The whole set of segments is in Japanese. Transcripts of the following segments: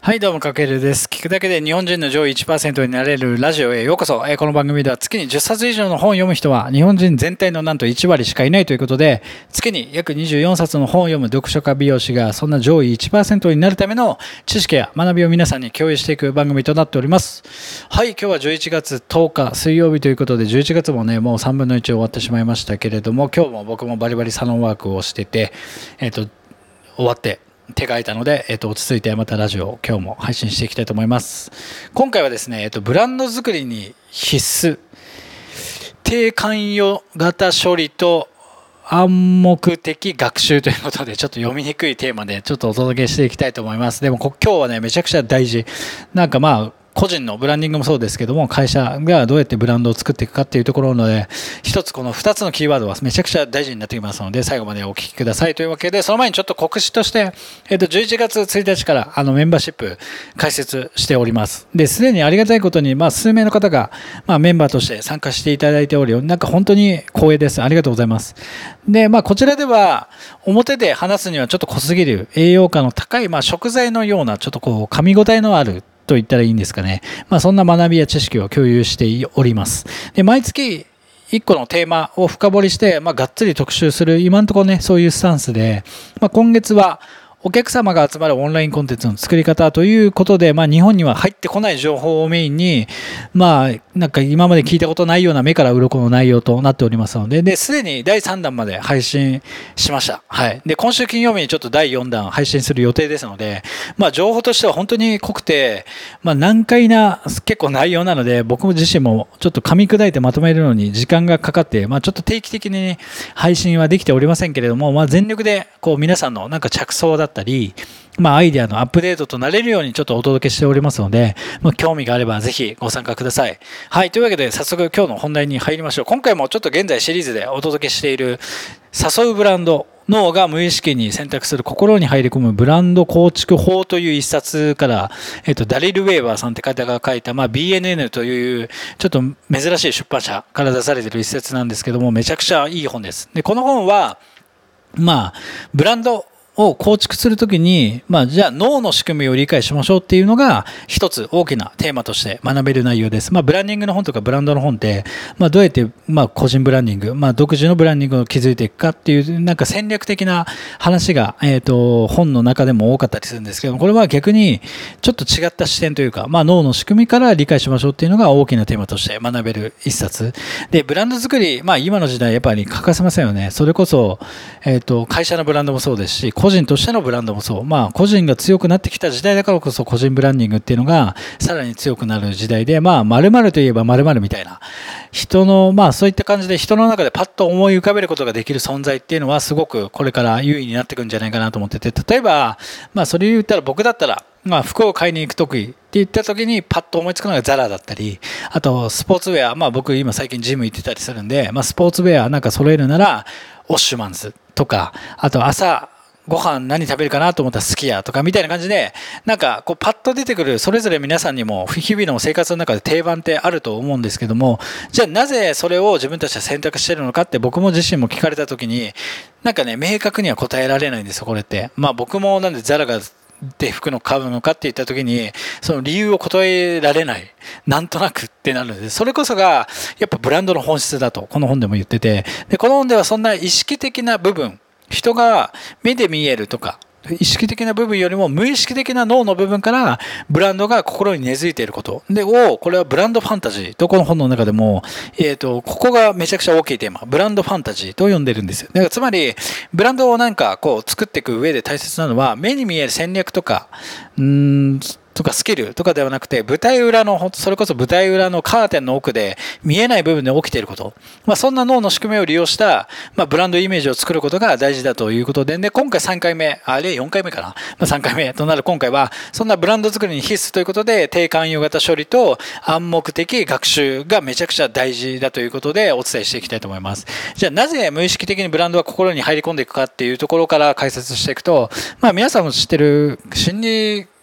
はい、どうも、かけるです。聞くだけで日本人の上位1%になれるラジオへようこそ。この番組では月に10冊以上の本を読む人は日本人全体のなんと1割しかいないということで、月に約24冊の本を読む読書家美容師がそんな上位1%になるための知識や学びを皆さんに共有していく番組となっております。はい、今日は11月10日水曜日ということで、11月もね、もう3分の1終わってしまいましたけれども、今日も僕もバリバリサロンワークをしてて、終わって、手が空いたので、落ち着いてまたラジオを今日も配信していきたいと思います。今回はですね、ブランド作りに必須、低関与型処理と暗黙的学習ということで、ちょっと読みにくいテーマでちょっとお届けしていきたいと思います。でも今日はね、めちゃくちゃ大事。なんか個人のブランディングもそうですけども、会社がどうやってブランドを作っていくかっていうところので、一つこの2つのキーワードはめちゃくちゃ大事になってきますので、最後までお聞きくださいというわけで、その前にちょっと告知として、11月1日からメンバーシップ開設しております。で、すでにありがたいことに、数名の方が、メンバーとして参加していただいており、なんか本当に光栄です。ありがとうございます。で、こちらでは、表で話すにはちょっと濃すぎる栄養価の高い、食材のような、ちょっと噛み応えのある、と言ったらいいんですかね。そんな学びや知識を共有しております。で、毎月1個のテーマを深掘りして、がっつり特集する、今のところね、そういうスタンスで、今月は、お客様が集まるオンラインコンテンツの作り方ということで、日本には入ってこない情報をメインに、なんか今まで聞いたことないような目から鱗の内容となっておりますので、で、すでに第3弾まで配信しました。はい。で、今週金曜日にちょっと第4弾配信する予定ですので、情報としては本当に濃くて、難解な結構内容なので、僕自身もちょっと噛み砕いてまとめるのに時間がかかって、ちょっと定期的に配信はできておりませんけれども、全力で皆さんのなんか着想だったり、アイデアのアップデートとなれるようにちょっとお届けしておりますので、興味があればぜひご参加ください。はい。というわけで早速今日の本題に入りましょう。今回もちょっと現在シリーズでお届けしている誘うブランド、脳が無意識に選択する心に入り込むブランド構築法という一冊から、ダリル・ウェーバーさんって方が書いた、BNN というちょっと珍しい出版社から出されている一冊なんですけども、めちゃくちゃいい本です。で、この本は、ブランドを構築するときに、じゃあ脳の仕組みを理解しましょうっていうのが一つ大きなテーマとして学べる内容です。ブランディングの本とかブランドの本って、どうやって、個人ブランディング、独自のブランディングを築いていくかっていう、なんか戦略的な話が、本の中でも多かったりするんですけども、これは逆にちょっと違った視点というか、脳の仕組みから理解しましょうっていうのが大きなテーマとして学べる一冊。で、ブランド作り、今の時代やっぱり欠かせませんよね。それこそ、会社のブランドもそうですし、個人としてのブランドもそう。個人が強くなってきた時代だからこそ個人ブランディングっていうのがさらに強くなる時代で、〇〇といえば〇〇みたいな。人の、そういった感じで人の中でパッと思い浮かべることができる存在っていうのはすごくこれから優位になっていくんじゃないかなと思ってて、例えば、それ言ったら僕だったら、服を買いに行くときって言ったときにパッと思いつくのがザラだったり、あとスポーツウェア、僕今最近ジム行ってたりするんで、スポーツウェアなんか揃えるならオッシュマンズとか、あと朝ご飯何食べるかなと思ったらすき家とかみたいな感じで、なんかパッと出てくる、それぞれ皆さんにも日々の生活の中で定番ってあると思うんですけども、じゃあなぜそれを自分たちは選択しているのかって僕も自身も聞かれた時に、なんかね、明確には答えられないんですよ、これって。僕もなんでザラがで服の買うのかって言った時に、その理由を答えられない。なんとなくってなるので、それこそがやっぱブランドの本質だと、この本でも言ってて、で、この本ではそんな意識的な部分、人が目で見えるとか、意識的な部分よりも無意識的な脳の部分からブランドが心に根付いていることでこれはブランドファンタジーとこの本の中でも、ここがめちゃくちゃ大きいテーマ、ブランドファンタジーと呼んでるんですよ。だからつまりブランドをなんか作っていく上で大切なのは目に見える戦略とかとかスキルとかではなくて、舞台裏の、それこそ舞台裏のカーテンの奥で見えない部分で起きていること。そんな脳の仕組みを利用した、ブランドイメージを作ることが大事だということで、今回3回目、4回目かな、3回目となる今回は、そんなブランド作りに必須ということで、低関与型処理と暗黙的学習がめちゃくちゃ大事だということでお伝えしていきたいと思います。じゃあなぜ無意識的にブランドが心に入り込んでいくかっていうところから解説していくと、皆さんも知ってる心理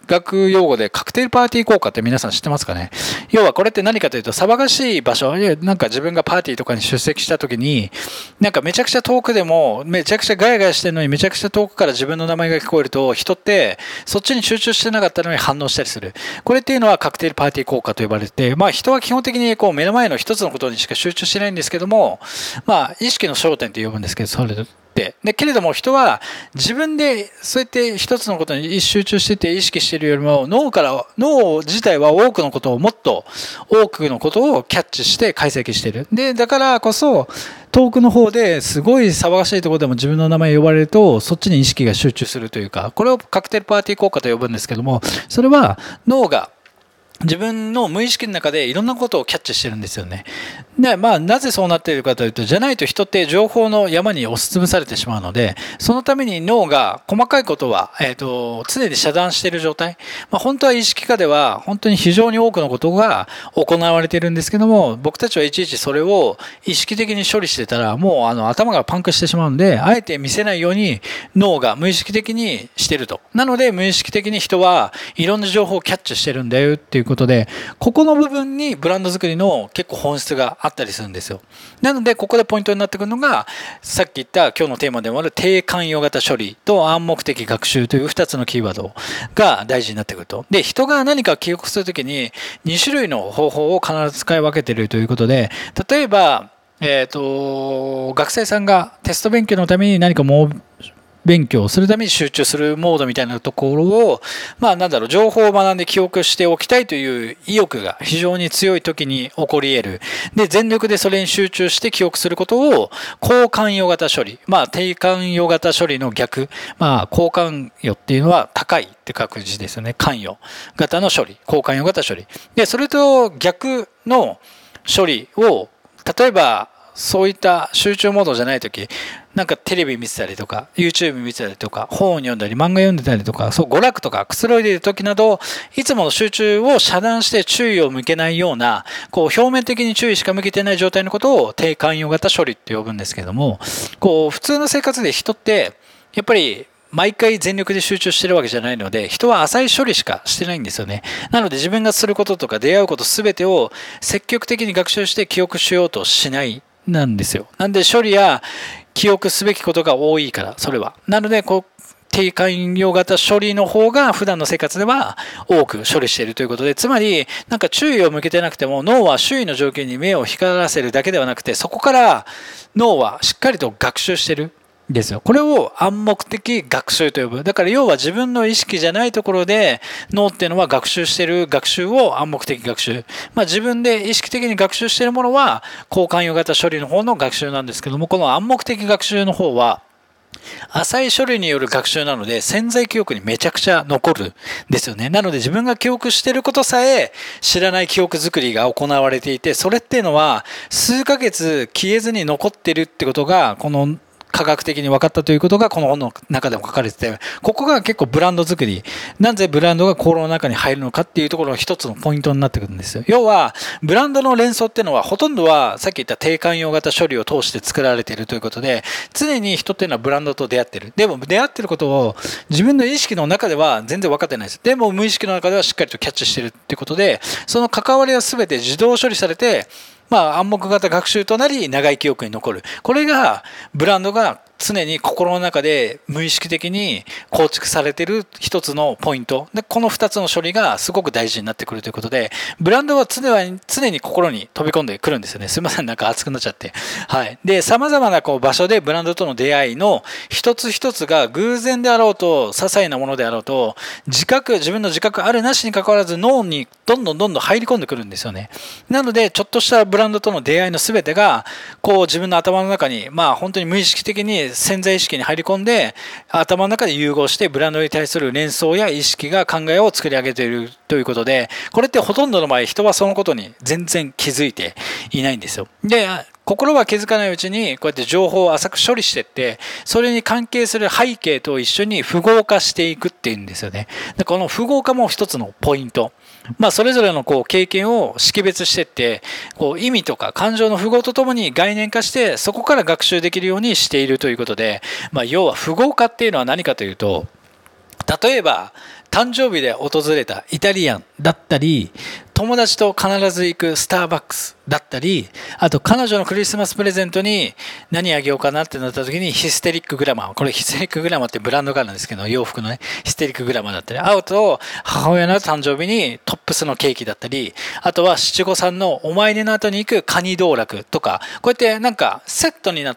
学用語でカクテルパーティー効果って皆さん知ってますかね。要はこれって何かというと、騒がしい場所、なんか自分がパーティーとかに出席した時に、なんかめちゃくちゃ遠くでも、めちゃくちゃガヤガヤしてるのにめちゃくちゃ遠くから自分の名前が聞こえると、人ってそっちに集中してなかったのに反応したりする。これっていうのはカクテルパーティー効果と呼ばれて、人は基本的にこう目の前の一つのことにしか集中してないんですけども、意識の焦点と呼ぶんですけど、それでけれども人は自分でそうやって一つのことに集中してて意識しているよりも脳自体は多くのことをもっと多くのことをキャッチして解析している。でだからこそ遠くの方ですごい騒がしいところでも自分の名前呼ばれるとそっちに意識が集中するというか、これをカクテルパーティー効果と呼ぶんですけども、それは脳が自分の無意識の中でいろんなことをキャッチしてるんですよね。で、なぜそうなっているかというと、じゃないと人って情報の山に押しつぶされてしまうので、そのために脳が細かいことは、常に遮断している状態。本当は意識下では本当に非常に多くのことが行われているんですけども、僕たちはいちいちそれを意識的に処理してたら、もう頭がパンクしてしまうんで、あえて見せないように脳が無意識的にしていると。なので無意識的に人はいろんな情報をキャッチしてるんだよっていうことで、ここの部分にブランド作りの結構本質があったりするんですよ。なのでここでポイントになってくるのが、さっき言った今日のテーマでもある低関与型処理と暗黙的学習という2つのキーワードが大事になってくると。で、人が何か記憶するときに2種類の方法を必ず使い分けているということで、例えば学生さんがテスト勉強のために何か勉強をするために集中するモードみたいなところを、情報を学んで記憶しておきたいという意欲が非常に強い時に起こり得る。で、全力でそれに集中して記憶することを高関与型処理。低関与型処理の逆。高関与っていうのは高いって書く字ですよね。関与型の処理。高関与型処理。で、それと逆の処理を、例えば、そういった集中モードじゃないとき、なんかテレビ見てたりとか、YouTube 見てたりとか、本を読んだり、漫画読んでたりとか、娯楽とかくつろいでいるときなど、いつもの集中を遮断して注意を向けないような、表面的に注意しか向けてない状態のことを低関与型処理って呼ぶんですけれども、普通の生活で人って、やっぱり、毎回全力で集中してるわけじゃないので、人は浅い処理しかしてないんですよね。なので自分がすることとか出会うことすべてを積極的に学習して記憶しようとしないなんですよ。なんで処理や記憶すべきことが多いから、それは。なので、低関与型処理の方が普段の生活では多く処理しているということで、つまり、なんか注意を向けてなくても脳は周囲の状況に目を光らせるだけではなくて、そこから脳はしっかりと学習している。ですよ。これを暗黙的学習と呼ぶ。だから要は自分の意識じゃないところで脳っていうのは学習している学習を暗黙的学習。自分で意識的に学習しているものは高関与型処理の方の学習なんですけども、この暗黙的学習の方は浅い処理による学習なので潜在記憶にめちゃくちゃ残るんですよね。なので自分が記憶していることさえ知らない記憶作りが行われていて、それっていうのは数ヶ月消えずに残っているってことがこの科学的に分かったということがこの本の中でも書かれてて、ここが結構ブランド作り、なぜブランドが心の中に入るのかっていうところが一つのポイントになってくるんですよ。要はブランドの連想っていうのはほとんどはさっき言った低関与型処理を通して作られているということで、常に人っていうのはブランドと出会ってる。でも出会ってることを自分の意識の中では全然分かってないです。でも無意識の中ではしっかりとキャッチしてるっていうことで、その関わりは全て自動処理されて暗黙型学習となり長い記憶に残る。これがブランドが常に心の中で無意識的に構築されている一つのポイントで、この2つの処理がすごく大事になってくるということで、ブランドは常に心に飛び込んでくるんですよね。すみません、なんか熱くなっちゃって。はい。で、様々な場所でブランドとの出会いの一つ一つが偶然であろうと、些細なものであろうと、自分の自覚あるなしに関わらず脳にどんどん入り込んでくるんですよね。なので、ちょっとしたブランドとの出会いの全てが、自分の頭の中に、本当に無意識的に潜在意識に入り込んで、頭の中で融合してブランドに対する連想や意識が考えを作り上げているということで、これってほとんどの場合、人はそのことに全然気づいていないんですよ。で、心は気づかないうちにこうやって情報を浅く処理していって、それに関係する背景と一緒に符号化していくっていうんですよね。で、この符号化も一つのポイント。それぞれの経験を識別していって、意味とか感情の符号とともに概念化して、そこから学習できるようにしているということで、要は符号化っていうのは何かというと、例えば誕生日で訪れたイタリアンだったり、友達と必ず行くスターバックスだったり、あと彼女のクリスマスプレゼントに何あげようかなってなった時にヒステリックグラマー。これヒステリックグラマーってブランドがあるんですけど、洋服のね、ヒステリックグラマーだったり、あと母親の誕生日にトップスのケーキだったり、あとは七五三のお参りの後に行くカニ道楽とか、こうやってなんかセットになって、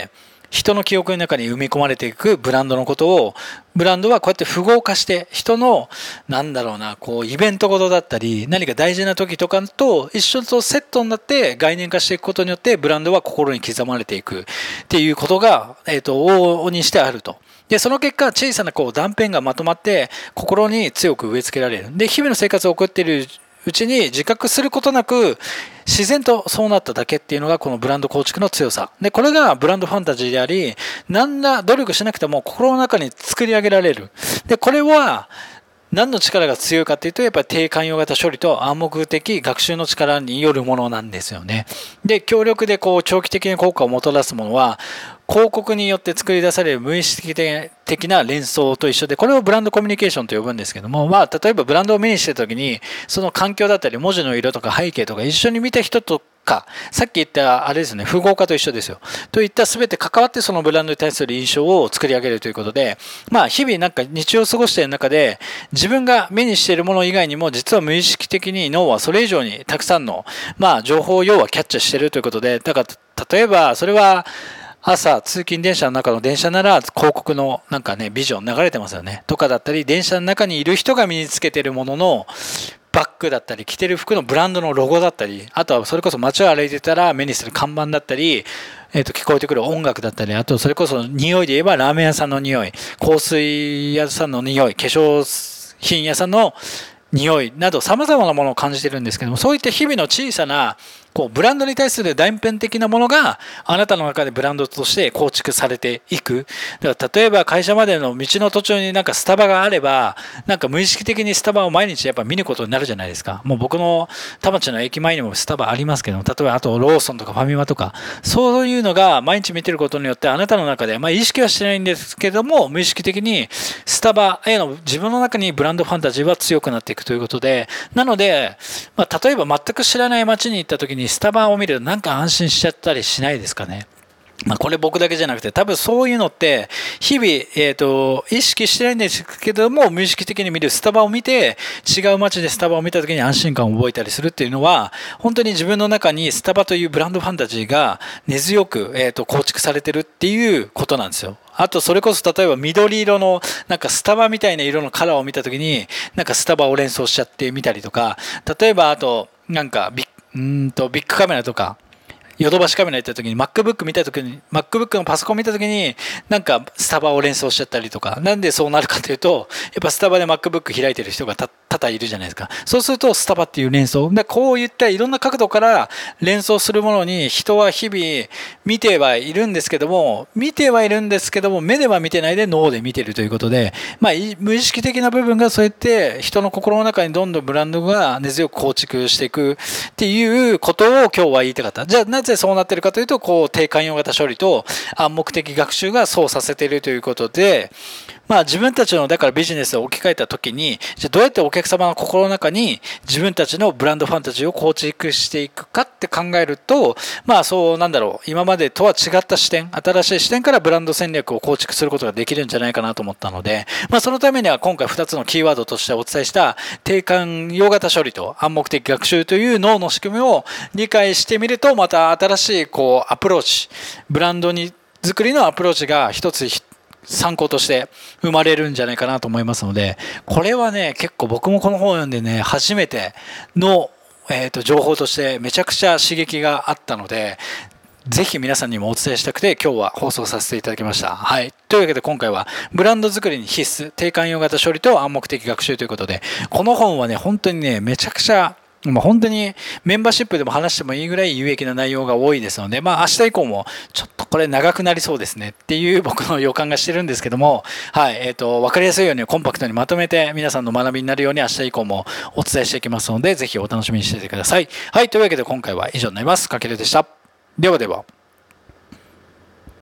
人の記憶の中に埋め込まれていくブランドのことを、ブランドはこうやって符号化して人のこうイベントごとだったり何か大事な時とかと一緒とセットになって概念化していくことによってブランドは心に刻まれていくっていうことが往々にしてあると。で、その結果小さなこう断片がまとまって心に強く植え付けられる。で、日々の生活を送っているうちに自覚することなく自然とそうなっただけっていうのがこのブランド構築の強さで、これがブランドファンタジーであり、何ら努力しなくても心の中に作り上げられる。で、これは何の力が強いかっていうと、やっぱり低寛容型処理と暗黙的学習の力によるものなんですよね。で、強力でこう長期的な効果をもたらすものは広告によって作り出される無意識的な連想と一緒で、これをブランドコミュニケーションと呼ぶんですけども、例えばブランドを目にしてた時に、その環境だったり文字の色とか背景とか一緒に見た人とか、さっき言ったあれですね、符号化と一緒ですよ。といった全て関わってそのブランドに対する印象を作り上げるということで、日々なんか日常を過ごしている中で、自分が目にしているもの以外にも、実は無意識的に脳はそれ以上にたくさんの、情報を要はキャッチしているということで、だから例えばそれは、朝通勤電車の中の電車なら広告のビジョン流れてますよねとかだったり、電車の中にいる人が身につけているもののバッグだったり着てる服のブランドのロゴだったり、あとはそれこそ街を歩いてたら目にする看板だったり、聞こえてくる音楽だったり、あとそれこそ匂いで言えばラーメン屋さんの匂い、香水屋さんの匂い、化粧品屋さんの匂いなど様々なものを感じているんですけども、そういった日々の小さなブランドに対する断片的なものがあなたの中でブランドとして構築されていく。だから例えば会社までの道の途中にスタバがあれば、無意識的にスタバを毎日やっぱ見ることになるじゃないですか。もう僕の田町の駅前にもスタバありますけども、例えばあとローソンとかファミマとか、そういうのが毎日見てることによってあなたの中で、意識はしてないんですけども、無意識的にスタバへの自分の中にブランドファンタジーは強くなっていくということで、なので、例えば全く知らない街に行った時にスタバを見ると安心しちゃったりしないですかね。これ僕だけじゃなくて多分そういうのって日々、意識してないんですけども無意識的に見るスタバを見て違う街でスタバを見た時に安心感を覚えたりするっていうのは本当に自分の中にスタバというブランドファンタジーが根強く、構築されてるっていうことなんですよ。あとそれこそ例えば緑色のスタバみたいな色のカラーを見た時にスタバを連想しちゃってみたりとか、例えばあとビッグカメラとかヨドバシカメラ行った時に MacBook 見た時に MacBook のパソコン見た時にスタバを連想しちゃったりとか、なんでそうなるかというとやっぱスタバで MacBook 開いてる人が多々いるじゃないですか。そうするとスタバっていう連想こういったいろんな角度から連想するものに人は日々見てはいるんですけども目では見てないで脳で見てるということで、無意識的な部分がそうやって人の心の中にどんどんブランドが根強く構築していくっていうことを今日は言いたかった。じゃあなぜそうなっているかというと低寛容型処理と暗黙的学習がそうさせているということで、自分たちのだからビジネスを置き換えた時にじゃあどうやってお客様の心の中に自分たちのブランドファンタジーを構築していくかって考えると今までとは違った視点、新しい視点からブランド戦略を構築することができるんじゃないかなと思ったので、そのためには今回2つのキーワードとしてお伝えした低寛容型処理と暗黙的学習という脳の仕組みを理解してみるとまた新しいアプローチ、ブランドに作りのアプローチが一つ参考として生まれるんじゃないかなと思いますので、これはね結構僕もこの本を読んでね初めての、情報としてめちゃくちゃ刺激があったのでぜひ皆さんにもお伝えしたくて今日は放送させていただきました。はい。というわけで今回はブランド作りに必須低寛容型処理と暗黙的学習ということで、この本はね本当にねめちゃくちゃ本当にメンバーシップでも話してもいいぐらい有益な内容が多いですので、明日以降もちょっとこれ長くなりそうですねっていう僕の予感がしてるんですけども、はい、分かりやすいようにコンパクトにまとめて皆さんの学びになるように明日以降もお伝えしていきますので、ぜひお楽しみにしていてください。はい、というわけで今回は以上になります。かけるでした。ではでは。